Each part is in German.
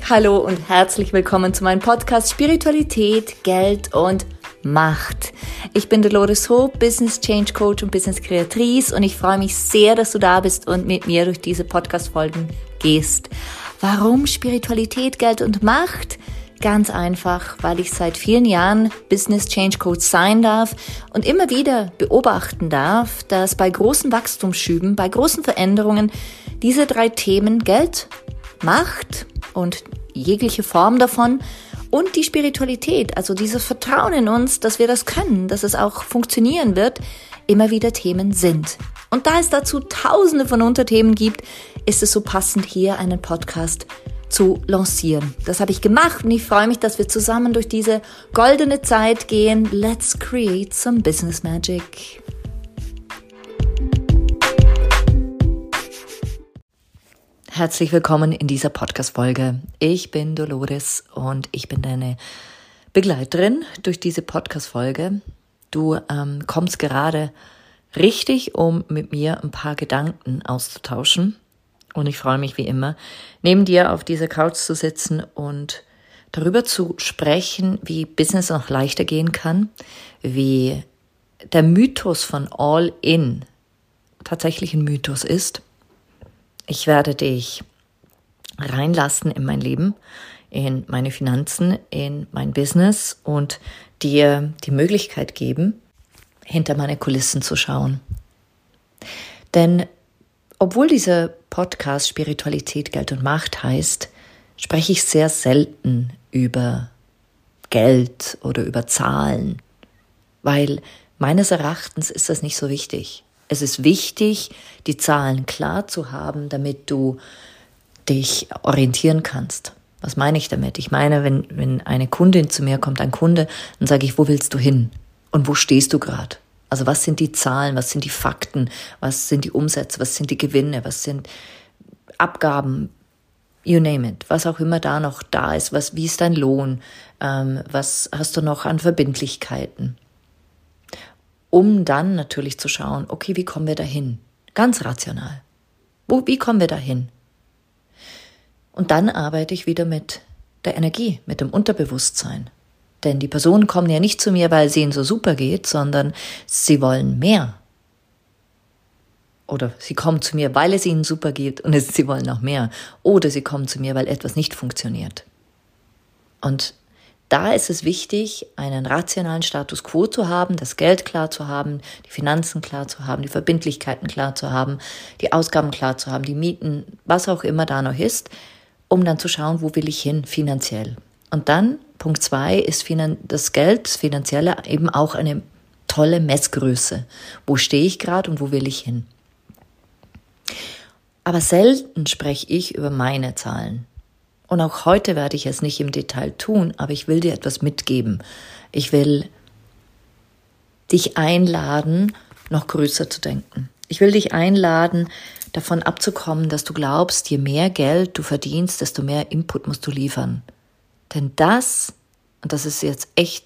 Hallo und herzlich willkommen zu meinem Podcast Spiritualität, Geld und Macht. Ich bin Dolores Ho, Business Change Coach und Business Kreatrice und ich freue mich sehr, dass du da bist und mit mir durch diese Podcast-Folgen gehst. Warum Spiritualität, Geld und Macht? Ganz einfach, weil ich seit vielen Jahren Business Change Coach sein darf und immer wieder beobachten darf, dass bei großen Wachstumsschüben, bei großen Veränderungen diese 3 Themen Geld, Macht und jegliche Form davon und die Spiritualität, also dieses Vertrauen in uns, dass wir das können, dass es auch funktionieren wird, immer wieder Themen sind. Und da es dazu tausende von Unterthemen gibt, ist es so passend, hier einen Podcast zu lancieren. Das habe ich gemacht und ich freue mich, dass wir zusammen durch diese goldene Zeit gehen. Let's create some business magic. Herzlich willkommen in dieser Podcast-Folge. Ich bin Dolores und ich bin deine Begleiterin durch diese Podcast-Folge. Du kommst gerade richtig, um mit mir ein paar Gedanken auszutauschen. Und ich freue mich wie immer, neben dir auf dieser Couch zu sitzen und darüber zu sprechen, wie Business noch leichter gehen kann, wie der Mythos von All-In tatsächlich ein Mythos ist. Ich werde dich reinlassen in mein Leben, in meine Finanzen, in mein Business und dir die Möglichkeit geben, hinter meine Kulissen zu schauen. Denn obwohl dieser Podcast Spiritualität, Geld und Macht heißt, spreche ich sehr selten über Geld oder über Zahlen, weil meines Erachtens ist das nicht so wichtig. Es ist wichtig, die Zahlen klar zu haben, damit du dich orientieren kannst. Was meine ich damit? Ich meine, wenn eine Kundin zu mir kommt, ein Kunde, dann sage ich, wo willst du hin? Und wo stehst du gerade? Also was sind die Zahlen, was sind die Fakten, was sind die Umsätze, was sind die Gewinne, was sind Abgaben, you name it, was auch immer da noch da ist, wie ist dein Lohn, was hast du noch an Verbindlichkeiten? Um dann natürlich zu schauen, okay, wie kommen wir dahin? Ganz rational. Wie kommen wir dahin? Und dann arbeite ich wieder mit der Energie, mit dem Unterbewusstsein. Denn die Personen kommen ja nicht zu mir, weil es ihnen so super geht, sondern sie wollen mehr. Oder sie kommen zu mir, weil es ihnen super geht und sie wollen noch mehr. Oder sie kommen zu mir, weil etwas nicht funktioniert. Und da ist es wichtig, einen rationalen Status quo zu haben, das Geld klar zu haben, die Finanzen klar zu haben, die Verbindlichkeiten klar zu haben, die Ausgaben klar zu haben, die Mieten, was auch immer da noch ist, um dann zu schauen, wo will ich hin finanziell. Und dann, Punkt 2, ist das Geld, das Finanzielle, eben auch eine tolle Messgröße. Wo stehe ich gerade und wo will ich hin? Aber selten spreche ich über meine Zahlen. Und auch heute werde ich es nicht im Detail tun, aber ich will dir etwas mitgeben. Ich will dich einladen, noch größer zu denken. Ich will dich einladen, davon abzukommen, dass du glaubst, je mehr Geld du verdienst, desto mehr Input musst du liefern. Denn das ist jetzt echt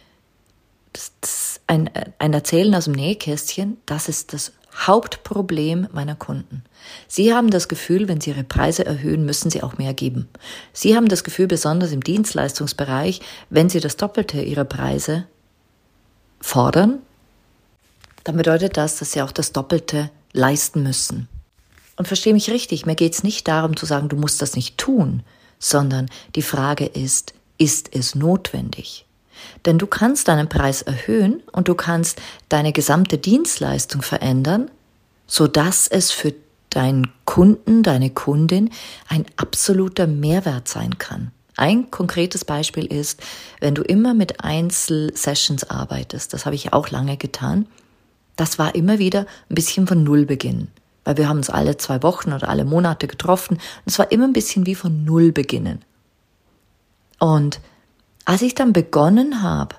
ein Erzählen aus dem Nähkästchen, das ist das Hauptproblem meiner Kunden. Sie haben das Gefühl, wenn sie ihre Preise erhöhen, müssen sie auch mehr geben. Sie haben das Gefühl, besonders im Dienstleistungsbereich, wenn sie das Doppelte ihrer Preise fordern, dann bedeutet das, dass sie auch das Doppelte leisten müssen. Und verstehe mich richtig, mir geht es nicht darum zu sagen, du musst das nicht tun, sondern die Frage ist es notwendig? Denn du kannst deinen Preis erhöhen und du kannst deine gesamte Dienstleistung verändern, sodass es für deinen Kunden, deine Kundin ein absoluter Mehrwert sein kann. Ein konkretes Beispiel ist, wenn du immer mit Einzelsessions arbeitest, das habe ich auch lange getan, das war immer wieder ein bisschen von Null beginnen. Weil wir haben uns alle 2 Wochen oder alle Monate getroffen und es war immer ein bisschen wie von Null beginnen. Und als ich dann begonnen habe,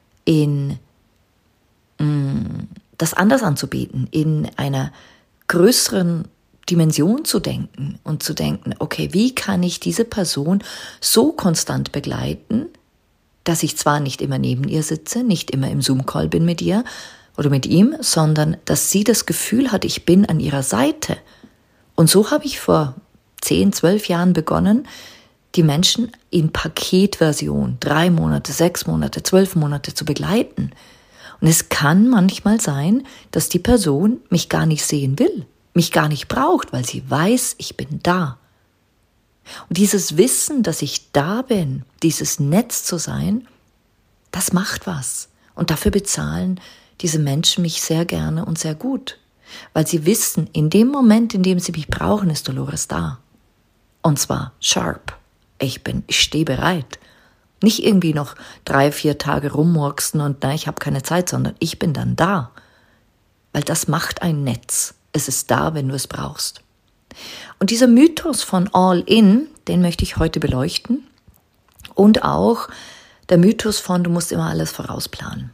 das anders anzubieten, in einer größeren Dimension zu denken und zu denken, okay, wie kann ich diese Person so konstant begleiten, dass ich zwar nicht immer neben ihr sitze, nicht immer im Zoom-Call bin mit ihr oder mit ihm, sondern dass sie das Gefühl hat, ich bin an ihrer Seite. Und so habe ich vor 10, 12 Jahren begonnen, die Menschen in Paketversion 3 Monate, 6 Monate, 12 Monate zu begleiten. Und es kann manchmal sein, dass die Person mich gar nicht sehen will, mich gar nicht braucht, weil sie weiß, ich bin da. Und dieses Wissen, dass ich da bin, dieses Netz zu sein, das macht was. Und dafür bezahlen diese Menschen mich sehr gerne und sehr gut. Weil sie wissen, in dem Moment, in dem sie mich brauchen, ist Dolores da. Und zwar sharp. Ich stehe bereit. Nicht irgendwie noch 3-4 Tage rummurksen und ich habe keine Zeit, sondern ich bin dann da. Weil das macht ein Netz. Es ist da, wenn du es brauchst. Und dieser Mythos von All-In, den möchte ich heute beleuchten. Und auch der Mythos von, du musst immer alles vorausplanen.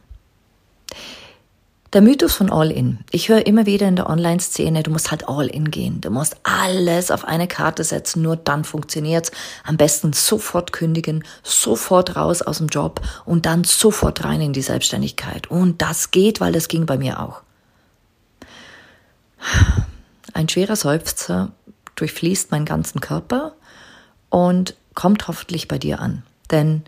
Der Mythos von All-In. Ich höre immer wieder in der Online-Szene, du musst halt All-In gehen. Du musst alles auf eine Karte setzen, nur dann funktioniert's. Am besten sofort kündigen, sofort raus aus dem Job und dann sofort rein in die Selbstständigkeit. Und das geht, weil das ging bei mir auch. Ein schwerer Seufzer durchfließt meinen ganzen Körper und kommt hoffentlich bei dir an. Denn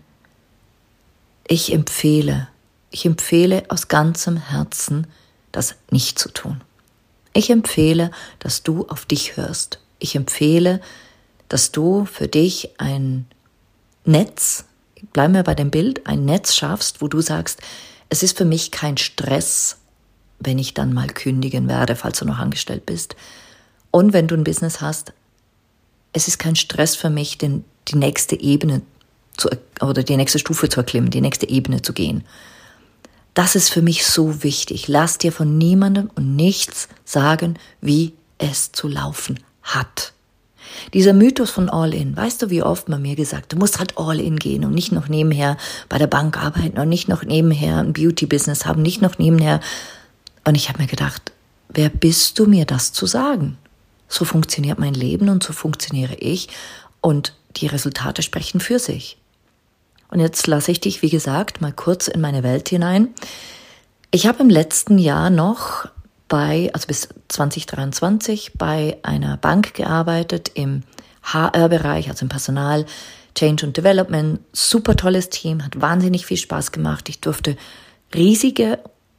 ich empfehle aus ganzem Herzen, das nicht zu tun. Ich empfehle, dass du auf dich hörst. Ich empfehle, dass du für dich ein Netz, bleiben wir bei dem Bild, ein Netz schaffst, wo du sagst, es ist für mich kein Stress, wenn ich dann mal kündigen werde, falls du noch angestellt bist. Und wenn du ein Business hast, es ist kein Stress für mich, die nächste Ebene oder die nächste Stufe zu erklimmen, die nächste Ebene zu gehen. Das ist für mich so wichtig. Lass dir von niemandem und nichts sagen, wie es zu laufen hat. Dieser Mythos von All-In, weißt du, wie oft man mir gesagt, du musst halt All-In gehen und nicht noch nebenher bei der Bank arbeiten und nicht noch nebenher ein Beauty-Business haben, nicht noch nebenher. Und ich habe mir gedacht, wer bist du, mir das zu sagen? So funktioniert mein Leben und so funktioniere ich und die Resultate sprechen für sich. Und jetzt lasse ich dich, wie gesagt, mal kurz in meine Welt hinein. Ich habe im letzten Jahr noch bis 2023 bei einer Bank gearbeitet im HR-Bereich, also im Personal, Change und Development. Super tolles Team, hat wahnsinnig viel Spaß gemacht. Ich durfte riesige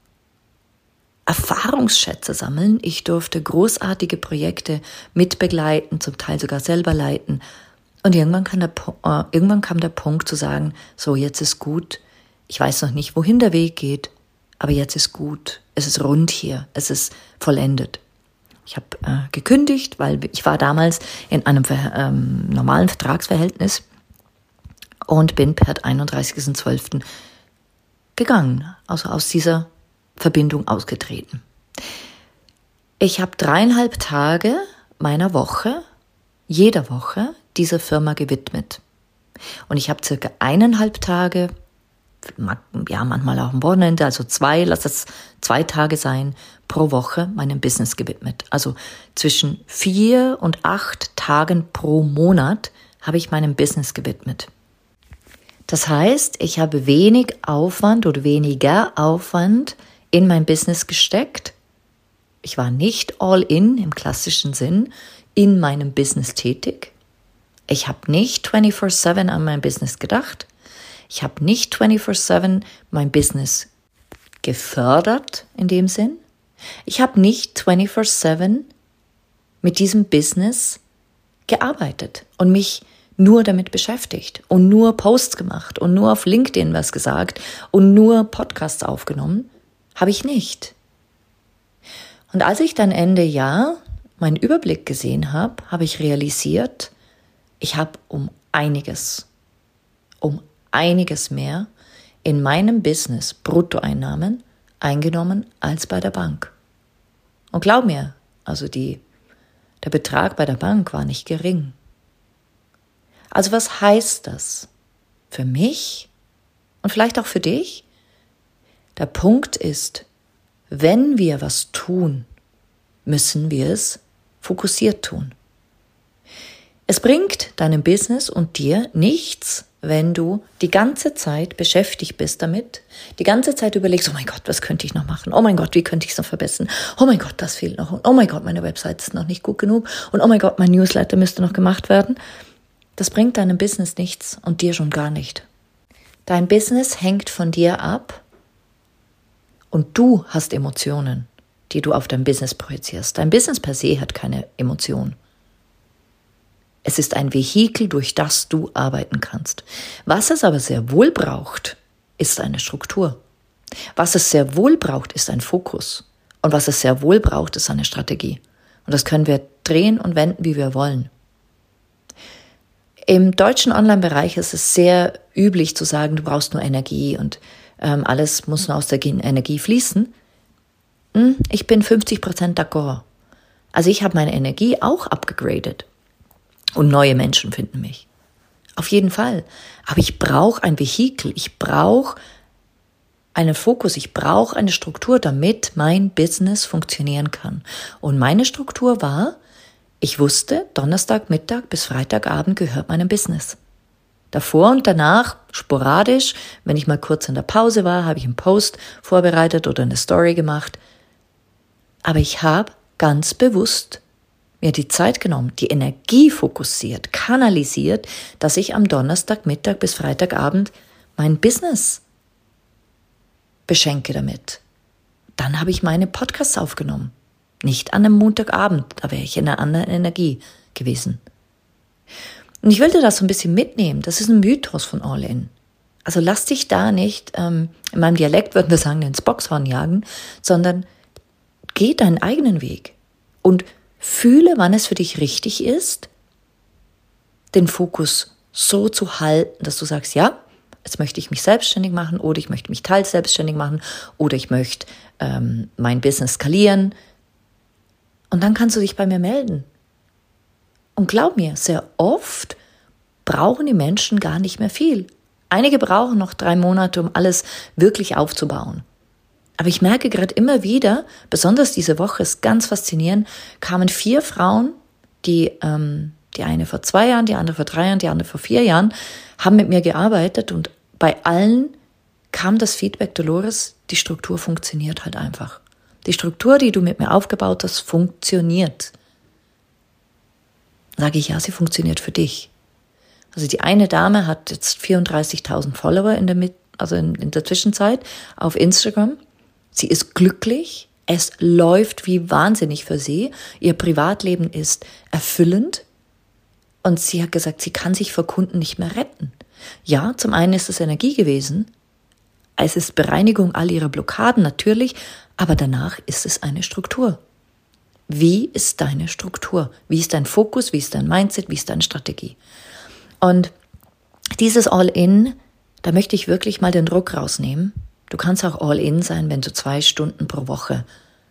Erfahrungsschätze sammeln. Ich durfte großartige Projekte mitbegleiten, zum Teil sogar selber leiten. Und irgendwann kam der Punkt zu sagen, so, jetzt ist gut. Ich weiß noch nicht, wohin der Weg geht, aber jetzt ist gut. Es ist rund hier. Es ist vollendet. Ich habe gekündigt, weil ich war damals in einem normalen Vertragsverhältnis und bin per 31.12. gegangen, also aus dieser Verbindung ausgetreten. Ich habe 3,5 Tage meiner Woche, jeder Woche, dieser Firma gewidmet. Und ich habe circa 1,5 Tage, ja manchmal auch am Wochenende, also lass es 2 Tage sein, pro Woche meinem Business gewidmet. Also zwischen 4 und 8 Tagen pro Monat habe ich meinem Business gewidmet. Das heißt, ich habe wenig Aufwand oder weniger Aufwand in mein Business gesteckt. Ich war nicht all in im klassischen Sinn in meinem Business tätig. Ich habe nicht 24/7 an mein Business gedacht. Ich habe nicht 24/7 mein Business gefördert in dem Sinn. Ich habe nicht 24/7 mit diesem Business gearbeitet und mich nur damit beschäftigt und nur Posts gemacht und nur auf LinkedIn was gesagt und nur Podcasts aufgenommen. Habe ich nicht. Und als ich dann Ende Jahr meinen Überblick gesehen habe, habe ich realisiert, ich habe um einiges mehr in meinem Business Bruttoeinnahmen eingenommen als bei der Bank. Und glaub mir, also der Betrag bei der Bank war nicht gering. Also was heißt das für mich und vielleicht auch für dich? Der Punkt ist, wenn wir was tun, müssen wir es fokussiert tun. Es bringt deinem Business und dir nichts, wenn du die ganze Zeit beschäftigt bist damit, die ganze Zeit überlegst, oh mein Gott, was könnte ich noch machen? Oh mein Gott, wie könnte ich es noch verbessern? Oh mein Gott, das fehlt noch. Oh mein Gott, meine Website ist noch nicht gut genug. Und oh mein Gott, mein Newsletter müsste noch gemacht werden. Das bringt deinem Business nichts und dir schon gar nicht. Dein Business hängt von dir ab und du hast Emotionen, die du auf dein Business projizierst. Dein Business per se hat keine Emotion. Es ist ein Vehikel, durch das du arbeiten kannst. Was es aber sehr wohl braucht, ist eine Struktur. Was es sehr wohl braucht, ist ein Fokus. Und was es sehr wohl braucht, ist eine Strategie. Und das können wir drehen und wenden, wie wir wollen. Im deutschen Online-Bereich ist es sehr üblich zu sagen, du brauchst nur Energie und alles muss nur aus der Energie fließen. Ich bin 50% d'accord. Also ich habe meine Energie auch abgegradet. Und neue Menschen finden mich. Auf jeden Fall. Aber ich brauche ein Vehikel. Ich brauche einen Fokus. Ich brauche eine Struktur, damit mein Business funktionieren kann. Und meine Struktur war, ich wusste, Donnerstagmittag bis Freitagabend gehört meinem Business. Davor und danach, sporadisch, wenn ich mal kurz in der Pause war, habe ich einen Post vorbereitet oder eine Story gemacht. Aber ich habe ganz bewusst mir die Zeit genommen, die Energie fokussiert, kanalisiert, dass ich am Donnerstagmittag bis Freitagabend mein Business beschenke damit. Dann habe ich meine Podcasts aufgenommen. Nicht an einem Montagabend, da wäre ich in einer anderen Energie gewesen. Und ich will dir das so ein bisschen mitnehmen. Das ist ein Mythos von All In. Also lass dich da nicht, in meinem Dialekt würden wir sagen, ins Boxhorn jagen, sondern geh deinen eigenen Weg und fühle, wann es für dich richtig ist, den Fokus so zu halten, dass du sagst, ja, jetzt möchte ich mich selbstständig machen oder ich möchte mich teils selbstständig machen oder ich möchte mein Business skalieren. Und dann kannst du dich bei mir melden. Und glaub mir, sehr oft brauchen die Menschen gar nicht mehr viel. Einige brauchen noch 3 Monate, um alles wirklich aufzubauen. Aber ich merke gerade immer wieder, besonders diese Woche ist ganz faszinierend, kamen 4 Frauen, die eine vor 2 Jahren, die andere vor 3 Jahren, die andere vor 4 Jahren, haben mit mir gearbeitet und bei allen kam das Feedback, Dolores, die Struktur funktioniert halt einfach. Die Struktur, die du mit mir aufgebaut hast, funktioniert. Sage ich, ja, sie funktioniert für dich. Also die eine Dame hat jetzt 34.000 Follower in der Zwischenzeit auf Instagram. Sie ist glücklich, es läuft wie wahnsinnig für sie, ihr Privatleben ist erfüllend und sie hat gesagt, sie kann sich vor Kunden nicht mehr retten. Ja, zum einen ist es Energie gewesen, es ist Bereinigung all ihrer Blockaden natürlich, aber danach ist es eine Struktur. Wie ist deine Struktur? Wie ist dein Fokus? Wie ist dein Mindset? Wie ist deine Strategie? Und dieses All-In, da möchte ich wirklich mal den Druck rausnehmen. Du kannst auch All-In sein, wenn du 2 Stunden pro Woche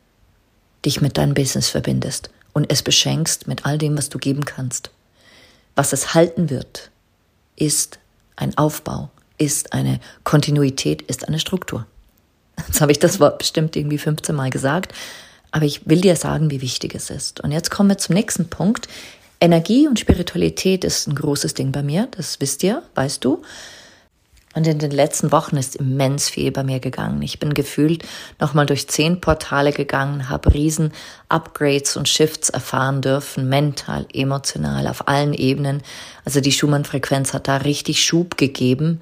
dich mit deinem Business verbindest und es beschenkst mit all dem, was du geben kannst. Was es halten wird, ist ein Aufbau, ist eine Kontinuität, ist eine Struktur. Jetzt habe ich das Wort bestimmt irgendwie 15 Mal gesagt, aber ich will dir sagen, wie wichtig es ist. Und jetzt kommen wir zum nächsten Punkt. Energie und Spiritualität ist ein großes Ding bei mir, das wisst ihr, weißt du. Und in den letzten Wochen ist immens viel bei mir gegangen. Ich bin gefühlt nochmal durch 10 Portale gegangen, habe riesen Upgrades und Shifts erfahren dürfen, mental, emotional, auf allen Ebenen. Also die Schumann-Frequenz hat da richtig Schub gegeben.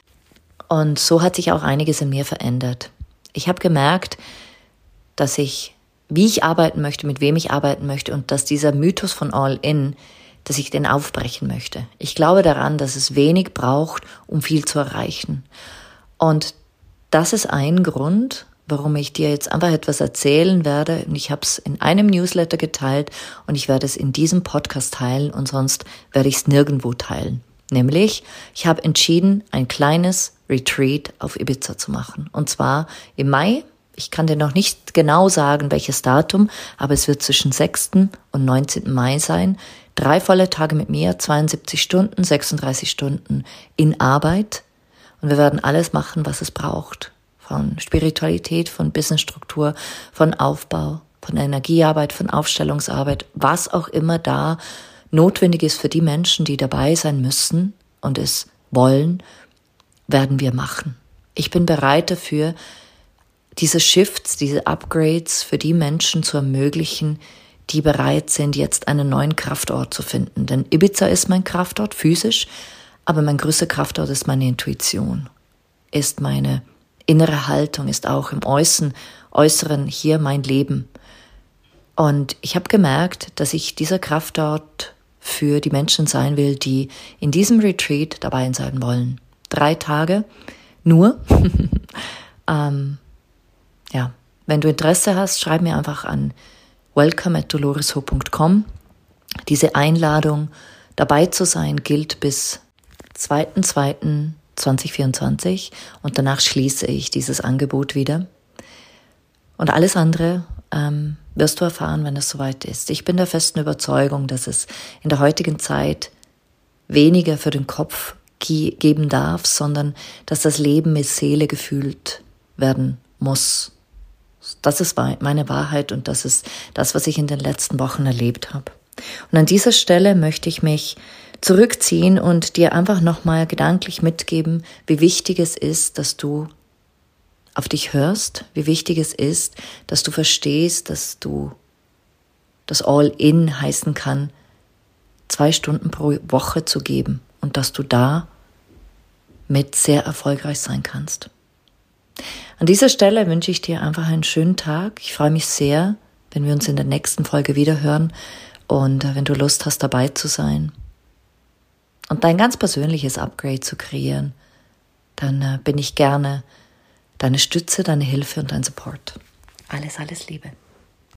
Und so hat sich auch einiges in mir verändert. Ich habe gemerkt, dass wie ich arbeiten möchte, mit wem ich arbeiten möchte und dass dieser Mythos von All-In, dass ich den aufbrechen möchte. Ich glaube daran, dass es wenig braucht, um viel zu erreichen. Und das ist ein Grund, warum ich dir jetzt einfach etwas erzählen werde. Und ich habe es in einem Newsletter geteilt und ich werde es in diesem Podcast teilen und sonst werde ich es nirgendwo teilen. Nämlich, ich habe entschieden, ein kleines Retreat auf Ibiza zu machen. Und zwar im Mai. Ich kann dir noch nicht genau sagen, welches Datum, aber es wird zwischen 6. und 19. Mai sein. 3 volle Tage mit mir, 72 Stunden, 36 Stunden in Arbeit. Und wir werden alles machen, was es braucht. Von Spiritualität, von Businessstruktur, von Aufbau, von Energiearbeit, von Aufstellungsarbeit, was auch immer da notwendig ist für die Menschen, die dabei sein müssen und es wollen, werden wir machen. Ich bin bereit dafür, diese Shifts, diese Upgrades für die Menschen zu ermöglichen, die bereit sind, jetzt einen neuen Kraftort zu finden. Denn Ibiza ist mein Kraftort, physisch, aber mein größter Kraftort ist meine Intuition, ist meine innere Haltung, ist auch im Äußeren hier mein Leben. Und ich habe gemerkt, dass ich dieser Kraftort für die Menschen sein will, die in diesem Retreat dabei sein wollen. 3 Tage nur. Wenn du Interesse hast, schreib mir einfach an welcome@doloresho.com. Diese Einladung, dabei zu sein, gilt bis 2.2.2024 und danach schließe ich dieses Angebot wieder. Und alles andere wirst du erfahren, wenn es soweit ist. Ich bin der festen Überzeugung, dass es in der heutigen Zeit weniger für den Kopf geben darf, sondern dass das Leben mit Seele gefühlt werden muss. Das ist meine Wahrheit und das ist das, was ich in den letzten Wochen erlebt habe. Und an dieser Stelle möchte ich mich zurückziehen und dir einfach nochmal gedanklich mitgeben, wie wichtig es ist, dass du auf dich hörst, wie wichtig es ist, dass du verstehst, dass du das All-In heißen kann, 2 Stunden pro Woche zu geben und dass du da mit sehr erfolgreich sein kannst. An dieser Stelle wünsche ich dir einfach einen schönen Tag. Ich freue mich sehr, wenn wir uns in der nächsten Folge wieder hören und wenn du Lust hast, dabei zu sein und dein ganz persönliches Upgrade zu kreieren, dann bin ich gerne deine Stütze, deine Hilfe und dein Support. Alles Liebe.